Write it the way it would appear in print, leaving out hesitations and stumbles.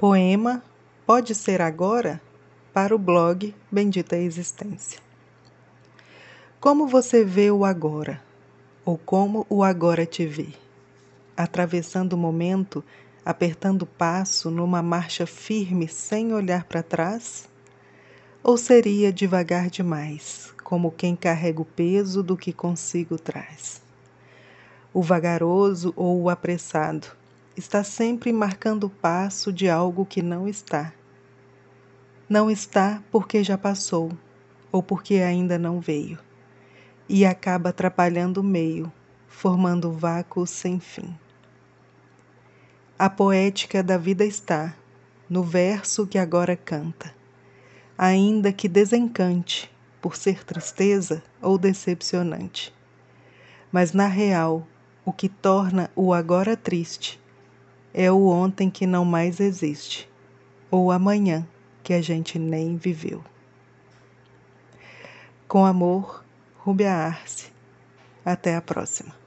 Poema Pode Ser Agora? Para o blog Bendita Existência. Como você vê o agora? Ou como o agora te vê? Atravessando o momento, apertando o passo numa marcha firme sem olhar para trás? Ou seria devagar demais, como quem carrega o peso do que consigo traz? O vagaroso ou o apressado está sempre marcando o passo de algo que não está. Não está porque já passou, ou porque ainda não veio, e acaba atrapalhando o meio, formando vácuo sem fim. A poética da vida está no verso que agora canta, ainda que desencante, por ser tristeza ou decepcionante. Mas na real, o que torna o agora triste é o ontem que não mais existe, ou amanhã que a gente nem viveu. Com amor, Rúbia Arce. Até a próxima.